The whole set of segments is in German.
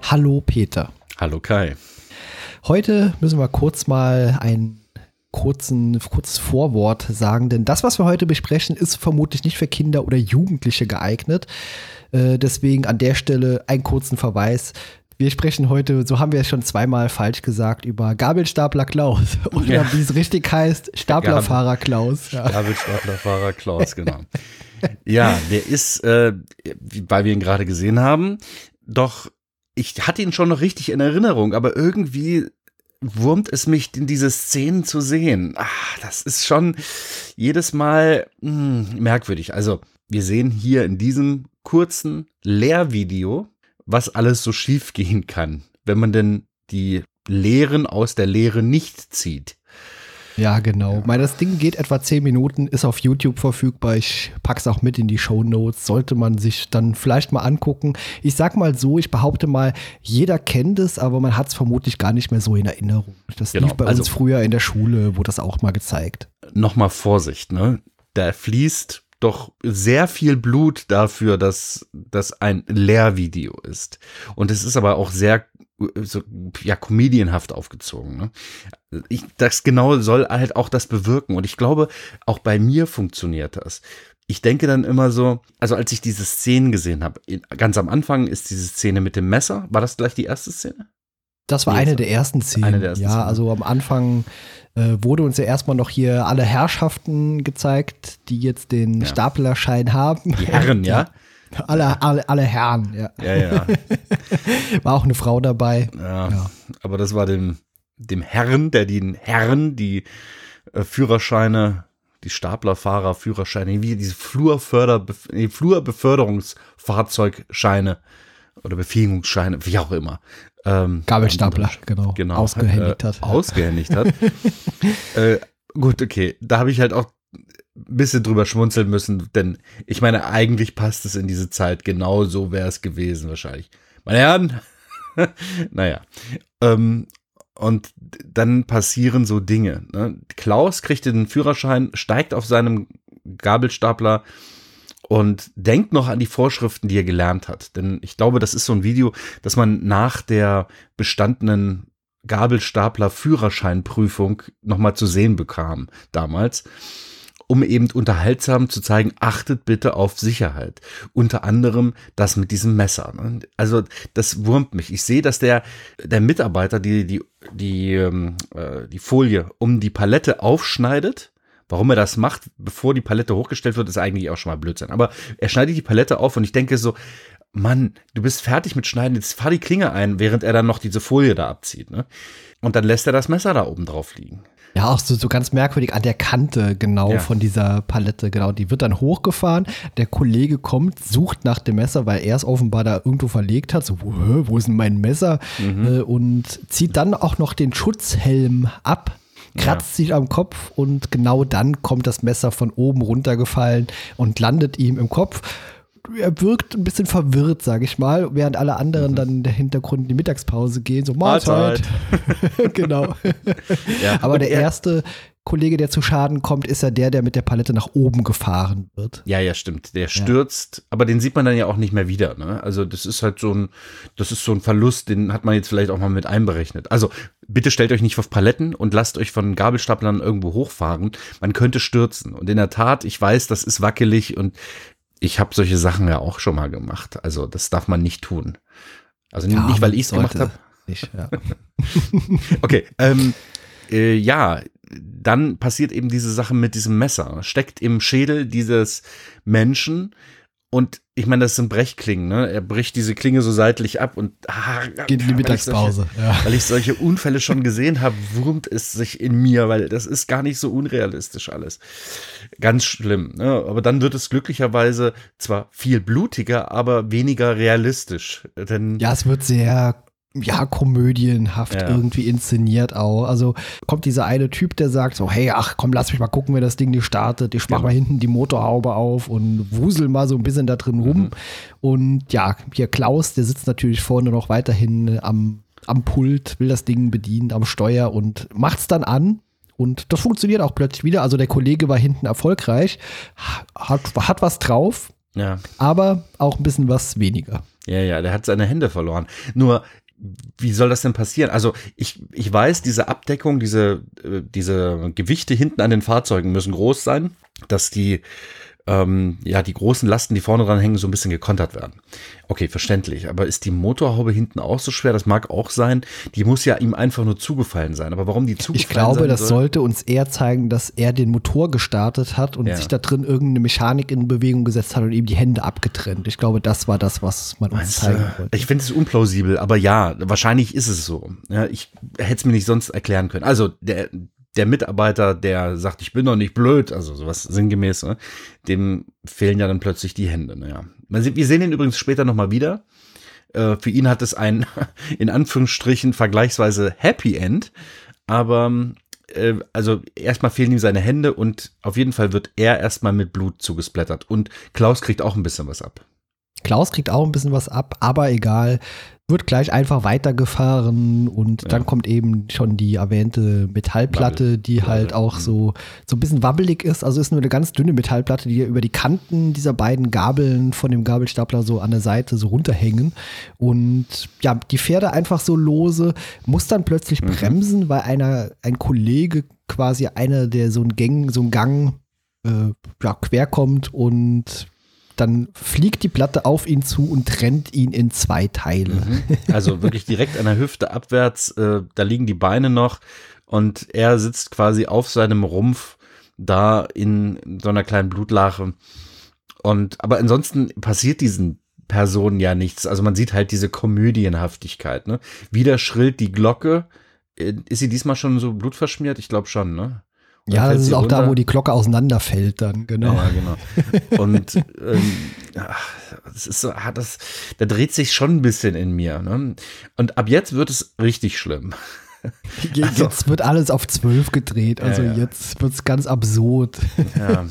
Hallo Peter. Hallo Kai. Heute müssen wir kurz mal ein kurzes Vorwort sagen, denn das, was wir heute besprechen, ist vermutlich nicht für Kinder oder Jugendliche geeignet. Deswegen an der Stelle einen kurzen Verweis. Wir sprechen heute, so haben wir es schon zweimal falsch gesagt, über Gabelstapler Klaus. Oder wie es richtig heißt, Staplerfahrer Klaus. Ja. Gabelstaplerfahrer Klaus, genau. Ja, der ist, weil wir ihn gerade gesehen haben, doch ich hatte ihn schon noch richtig in Erinnerung, aber irgendwie wurmt es mich, in diese Szenen zu sehen. Das ist schon jedes Mal merkwürdig. Also wir sehen hier in diesem kurzen Lehrvideo, was alles so schief gehen kann, wenn man denn die Lehren aus der Lehre nicht zieht. Ja, genau. Ja. Das Ding geht etwa 10 Minuten, ist auf YouTube verfügbar. Ich pack's auch mit in die Shownotes. Sollte man sich dann vielleicht mal angucken. Ich sag mal so, ich behaupte mal, jeder kennt es, aber man hat es vermutlich gar nicht mehr so in Erinnerung. Das lief bei uns früher in der Schule, wurde das auch mal gezeigt. Nochmal Vorsicht, ne? Da fließt doch sehr viel Blut dafür, dass das ein Lehrvideo ist. Und es ist aber auch sehr comedianhaft aufgezogen. Ne? Das genau soll halt auch das bewirken. Und ich glaube, auch bei mir funktioniert das. Ich denke dann immer so, also als ich diese Szenen gesehen habe, ganz am Anfang ist diese Szene mit dem Messer. War das gleich die erste Szene? Das war eine der ersten Szenen. Szenen. Also am Anfang wurde uns ja erstmal noch hier alle Herrschaften gezeigt, die jetzt den Staplerschein haben. Die Herren, ja? Alle Herren, ja. Ja. War auch eine Frau dabei. Ja. Aber das war dem Herren, die Führerscheine, die Staplerfahrer, Führerscheine, wie diese Flurbeförderungsfahrzeugscheine oder Befähigungsscheine, wie auch immer. Gabelstapler, genau. Ausgehändigt hat. Gut, okay. Da habe ich halt auch ein bisschen drüber schmunzeln müssen, denn ich meine, eigentlich passt es in diese Zeit, genau so wäre es gewesen wahrscheinlich. Meine Herren, naja. Und dann passieren so Dinge. Ne? Klaus kriegt den Führerschein, steigt auf seinem Gabelstapler und denkt noch an die Vorschriften, die er gelernt hat. Denn ich glaube, das ist so ein Video, das man nach der bestandenen Gabelstapler-Führerscheinprüfung nochmal zu sehen bekam damals, um eben unterhaltsam zu zeigen, achtet bitte auf Sicherheit. Unter anderem das mit diesem Messer. Also das wurmt mich. Ich sehe, dass der Mitarbeiter die Folie um die Palette aufschneidet. Warum er das macht, bevor die Palette hochgestellt wird, ist eigentlich auch schon mal Blödsinn. Aber er schneidet die Palette auf und ich denke so, Mann, du bist fertig mit Schneiden, jetzt fahr die Klinge ein, während er dann noch diese Folie da abzieht. Ne? Und dann lässt er das Messer da oben drauf liegen. Ja, auch so ganz merkwürdig an der Kante von dieser Palette, genau. Die wird dann hochgefahren, der Kollege kommt, sucht nach dem Messer, weil er es offenbar da irgendwo verlegt hat. So, wo ist denn mein Messer? Und zieht dann auch noch den Schutzhelm ab. Kratzt sich am Kopf und genau dann kommt das Messer von oben runtergefallen und landet ihm im Kopf. Er wirkt ein bisschen verwirrt, sage ich mal, während alle anderen dann in der Hintergrund in die Mittagspause gehen, so Mahlzeit. Genau. Ja. Aber der erste Kollege, der zu Schaden kommt, ist ja der mit der Palette nach oben gefahren wird. Ja, stimmt. Der stürzt, aber den sieht man dann ja auch nicht mehr wieder. Ne? Also das ist halt so ein Verlust, den hat man jetzt vielleicht auch mal mit einberechnet. Also bitte stellt euch nicht auf Paletten und lasst euch von Gabelstaplern irgendwo hochfahren. Man könnte stürzen. Und in der Tat, ich weiß, das ist wackelig und ich habe solche Sachen ja auch schon mal gemacht. Also das darf man nicht tun. Also nicht, weil ich es gemacht habe. Okay, dann passiert eben diese Sache mit diesem Messer. Steckt im Schädel dieses Menschen und ich meine, das sind Brechklingen, ne? Er bricht diese Klinge so seitlich ab und geht in die Mittagspause. Weil ich solche Unfälle schon gesehen habe, wurmt es sich in mir, weil das ist gar nicht so unrealistisch alles. Ganz schlimm, ne? Aber dann wird es glücklicherweise zwar viel blutiger, aber weniger realistisch. Denn es wird sehr komödienhaft irgendwie inszeniert auch. Also kommt dieser eine Typ, der sagt so, hey, komm, lass mich mal gucken, wenn das Ding nicht startet. Ich mach mal hinten die Motorhaube auf und wusel mal so ein bisschen da drin rum. Und hier Klaus, der sitzt natürlich vorne noch weiterhin am Pult, will das Ding bedienen, am Steuer und macht's dann an. Und das funktioniert auch plötzlich wieder. Also der Kollege war hinten erfolgreich, hat was drauf, aber auch ein bisschen was weniger. Ja, der hat seine Hände verloren. Nur, wie soll das denn passieren? Also ich weiß, diese Abdeckung, diese Gewichte hinten an den Fahrzeugen müssen groß sein, dass die großen Lasten, die vorne dran hängen, so ein bisschen gekontert werden. Okay, verständlich. Aber ist die Motorhaube hinten auch so schwer? Das mag auch sein. Die muss ja ihm einfach nur zugefallen sein. Aber warum die zugefallen Ich glaube, sein das sollte uns eher zeigen, dass er den Motor gestartet hat und sich da drin irgendeine Mechanik in Bewegung gesetzt hat und ihm die Hände abgetrennt. Ich glaube, das war das, was man uns zeigen wollte. Ich finde es unplausibel, aber ja, wahrscheinlich ist es so. Ja, ich hätte es mir nicht sonst erklären können. Also der Mitarbeiter, der sagt, ich bin doch nicht blöd, also sowas sinngemäß, ne? Dem fehlen ja dann plötzlich die Hände. Naja. Wir sehen ihn übrigens später nochmal wieder. Für ihn hat es ein, in Anführungsstrichen, vergleichsweise Happy End. Aber also erstmal fehlen ihm seine Hände und auf jeden Fall wird er erstmal mit Blut zugesplattert. Und Klaus kriegt auch ein bisschen was ab. Klaus kriegt auch ein bisschen was ab, aber egal, wird gleich einfach weitergefahren und dann kommt eben schon die erwähnte Metallplatte, die halt auch so ein bisschen wabbelig ist. Also ist nur eine ganz dünne Metallplatte, die über die Kanten dieser beiden Gabeln von dem Gabelstapler so an der Seite so runterhängen. Und ja, die fährt da einfach so lose, muss dann plötzlich bremsen, weil ein Kollege quasi der so einen Gang quer kommt und dann fliegt die Platte auf ihn zu und trennt ihn in 2 Teile. Also wirklich direkt an der Hüfte abwärts, da liegen die Beine noch und er sitzt quasi auf seinem Rumpf da in so einer kleinen Blutlache. Aber ansonsten passiert diesen Personen ja nichts. Also man sieht halt diese Komödienhaftigkeit. Ne? Wieder schrillt die Glocke. Ist sie diesmal schon so blutverschmiert? Ich glaube schon, ne? Ja, das ist auch da, wo die Glocke auseinanderfällt dann, genau. Ja, genau. Und das ist so, da dreht sich schon ein bisschen in mir. Ne? Und ab jetzt wird es richtig schlimm. Jetzt wird alles auf 12 gedreht, also jetzt wird es ganz absurd. Ja.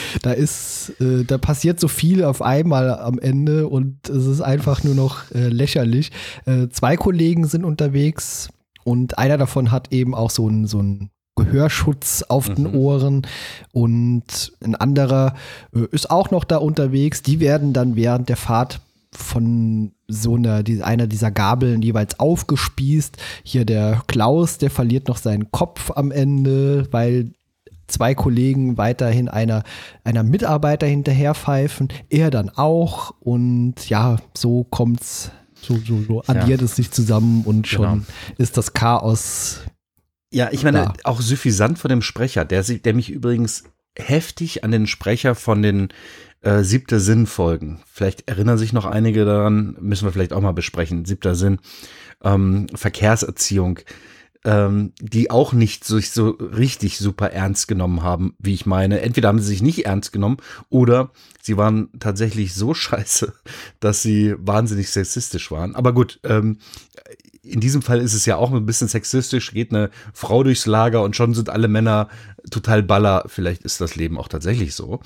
Da passiert so viel auf einmal am Ende und es ist einfach nur noch lächerlich. 2 Kollegen sind unterwegs und einer davon hat eben auch so ein Gehörschutz auf den Ohren und ein anderer ist auch noch da unterwegs. Die werden dann während der Fahrt von einer dieser Gabeln jeweils aufgespießt. Hier der Klaus, der verliert noch seinen Kopf am Ende, weil 2 Kollegen weiterhin einer Mitarbeiter hinterherpfeifen. Er dann auch und ja, so kommt's, so addiert es sich zusammen und schon ist das Chaos. Ja, ich meine, auch suffisant von dem Sprecher, der mich übrigens heftig an den Sprecher von den 7. Sinn-Folgen. Vielleicht erinnern sich noch einige daran, müssen wir vielleicht auch mal besprechen. 7. Sinn, Verkehrserziehung, die auch nicht so richtig super ernst genommen haben, wie ich meine. Entweder haben sie sich nicht ernst genommen oder sie waren tatsächlich so scheiße, dass sie wahnsinnig sexistisch waren. Aber gut, in diesem Fall ist es ja auch ein bisschen sexistisch, geht eine Frau durchs Lager und schon sind alle Männer total Baller. Vielleicht ist das Leben auch tatsächlich so.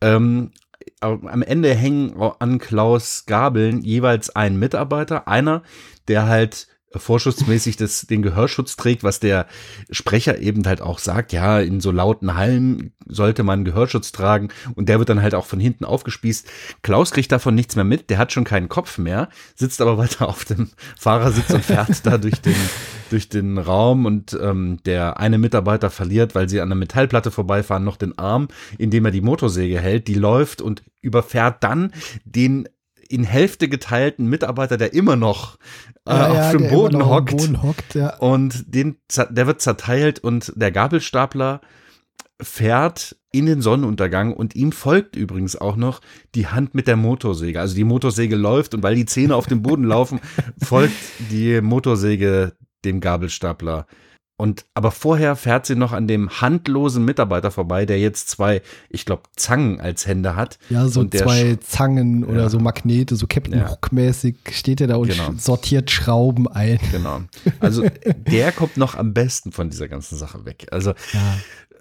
Am Ende hängen an Klaus Gabeln jeweils ein Mitarbeiter, einer, der halt vorschussmäßig den Gehörschutz trägt, was der Sprecher eben halt auch sagt, ja, in so lauten Hallen sollte man Gehörschutz tragen und der wird dann halt auch von hinten aufgespießt. Klaus kriegt davon nichts mehr mit, der hat schon keinen Kopf mehr, sitzt aber weiter auf dem Fahrersitz und fährt da durch den Raum und der eine Mitarbeiter verliert, weil sie an der Metallplatte vorbeifahren, noch den Arm, indem er die Motorsäge hält, die läuft und überfährt dann den in Hälfte geteilten Mitarbeiter, der immer noch auf dem Boden hockt. Und der wird zerteilt und der Gabelstapler fährt in den Sonnenuntergang und ihm folgt übrigens auch noch die Hand mit der Motorsäge. Also die Motorsäge läuft und weil die Zähne auf dem Boden laufen, folgt die Motorsäge dem Gabelstapler. Aber vorher fährt sie noch an dem handlosen Mitarbeiter vorbei, der jetzt 2, ich glaube, Zangen als Hände hat. Ja, so 2 Zangen oder so Magnete, so Captain Hook-mäßig steht er da und sortiert Schrauben ein. Genau. Also der kommt noch am besten von dieser ganzen Sache weg. Also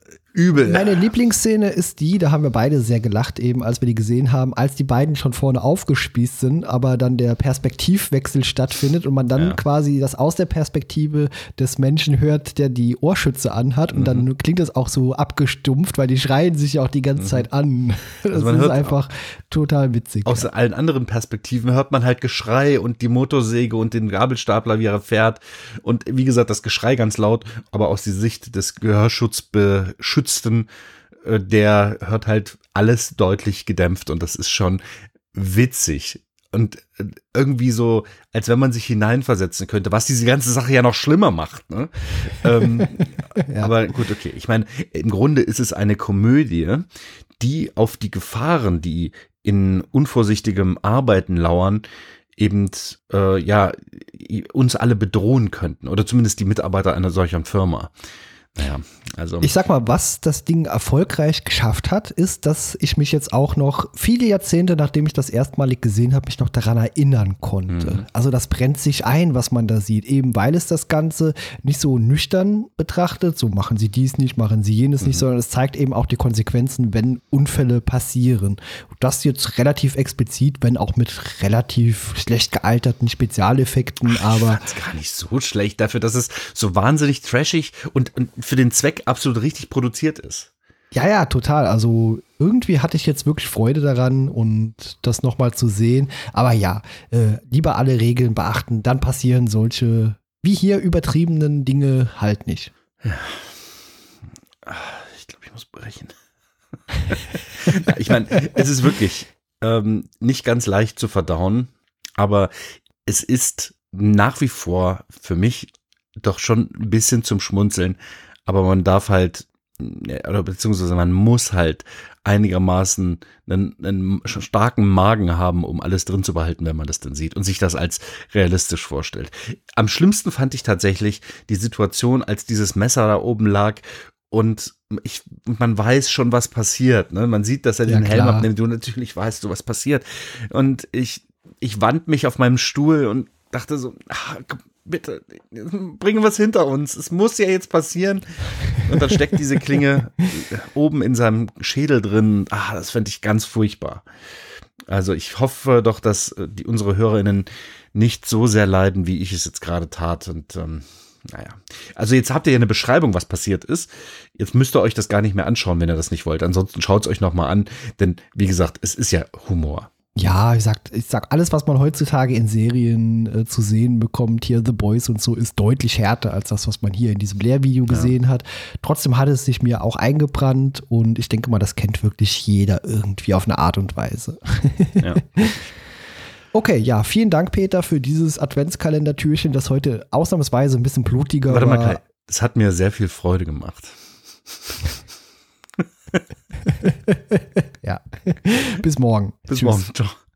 übel. Meine Lieblingsszene ist die, da haben wir beide sehr gelacht eben, als wir die gesehen haben, als die beiden schon vorne aufgespießt sind, aber dann der Perspektivwechsel stattfindet und man dann quasi das aus der Perspektive des Menschen hört, der die Ohrschütze anhat und dann klingt das auch so abgestumpft, weil die schreien sich ja auch die ganze Zeit an. Das Also man ist hört einfach total witzig. Aus allen anderen Perspektiven hört man halt Geschrei und die Motorsäge und den Gabelstapler, wie er fährt und wie gesagt, das Geschrei ganz laut, aber aus der Sicht des Gehörschutzbeschützten, der hört halt alles deutlich gedämpft und das ist schon witzig und irgendwie so, als wenn man sich hineinversetzen könnte, was diese ganze Sache ja noch schlimmer macht. Ne? Ja. Aber gut, okay. Ich meine, im Grunde ist es eine Komödie, die auf die Gefahren, die in unvorsichtigem Arbeiten lauern, eben uns alle bedrohen könnten oder zumindest die Mitarbeiter einer solchen Firma. Naja, also. Ich sag mal, was das Ding erfolgreich geschafft hat, ist, dass ich mich jetzt auch noch viele Jahrzehnte, nachdem ich das erstmalig gesehen habe, mich noch daran erinnern konnte. Also das brennt sich ein, was man da sieht, eben weil es das Ganze nicht so nüchtern betrachtet, so machen sie dies nicht, machen sie jenes nicht, sondern es zeigt eben auch die Konsequenzen, wenn Unfälle passieren. Und das jetzt relativ explizit, wenn auch mit relativ schlecht gealterten Spezialeffekten, aber. Ich fand's gar nicht so schlecht dafür, dass es so wahnsinnig trashig und für den Zweck absolut richtig produziert ist. Ja, total. Also irgendwie hatte ich jetzt wirklich Freude daran und das nochmal zu sehen. Aber ja, lieber alle Regeln beachten, dann passieren solche, wie hier übertriebenen Dinge halt nicht. Ja. Ich glaube, ich muss brechen. Ich meine, es ist wirklich nicht ganz leicht zu verdauen, aber es ist nach wie vor für mich doch schon ein bisschen zum Schmunzeln. Aber man darf halt, oder beziehungsweise man muss halt einigermaßen einen starken Magen haben, um alles drin zu behalten, wenn man das dann sieht und sich das als realistisch vorstellt. Am schlimmsten fand ich tatsächlich die Situation, als dieses Messer da oben lag und man weiß schon, was passiert. Ne? Man sieht, dass er den Helm abnimmt. Du natürlich weißt, was passiert. Und ich wand mich auf meinem Stuhl und dachte so, bitte, bringen wir es hinter uns. Es muss ja jetzt passieren. Und dann steckt diese Klinge oben in seinem Schädel drin. Das fände ich ganz furchtbar. Also ich hoffe doch, dass unsere HörerInnen nicht so sehr leiden, wie ich es jetzt gerade tat. Und naja. Also jetzt habt ihr ja eine Beschreibung, was passiert ist. Jetzt müsst ihr euch das gar nicht mehr anschauen, wenn ihr das nicht wollt. Ansonsten schaut es euch nochmal an. Denn wie gesagt, es ist ja Humor. Ja, ich sag, alles, was man heutzutage in Serien zu sehen bekommt, hier The Boys und so, ist deutlich härter als das, was man hier in diesem Lehrvideo gesehen hat. Trotzdem hat es sich mir auch eingebrannt und ich denke mal, das kennt wirklich jeder irgendwie auf eine Art und Weise. Ja. Okay, ja, vielen Dank, Peter, für dieses Adventskalendertürchen, das heute ausnahmsweise ein bisschen blutiger war. Warte mal, Kai, es hat mir sehr viel Freude gemacht. Ja, bis morgen. Bis morgen. Ciao.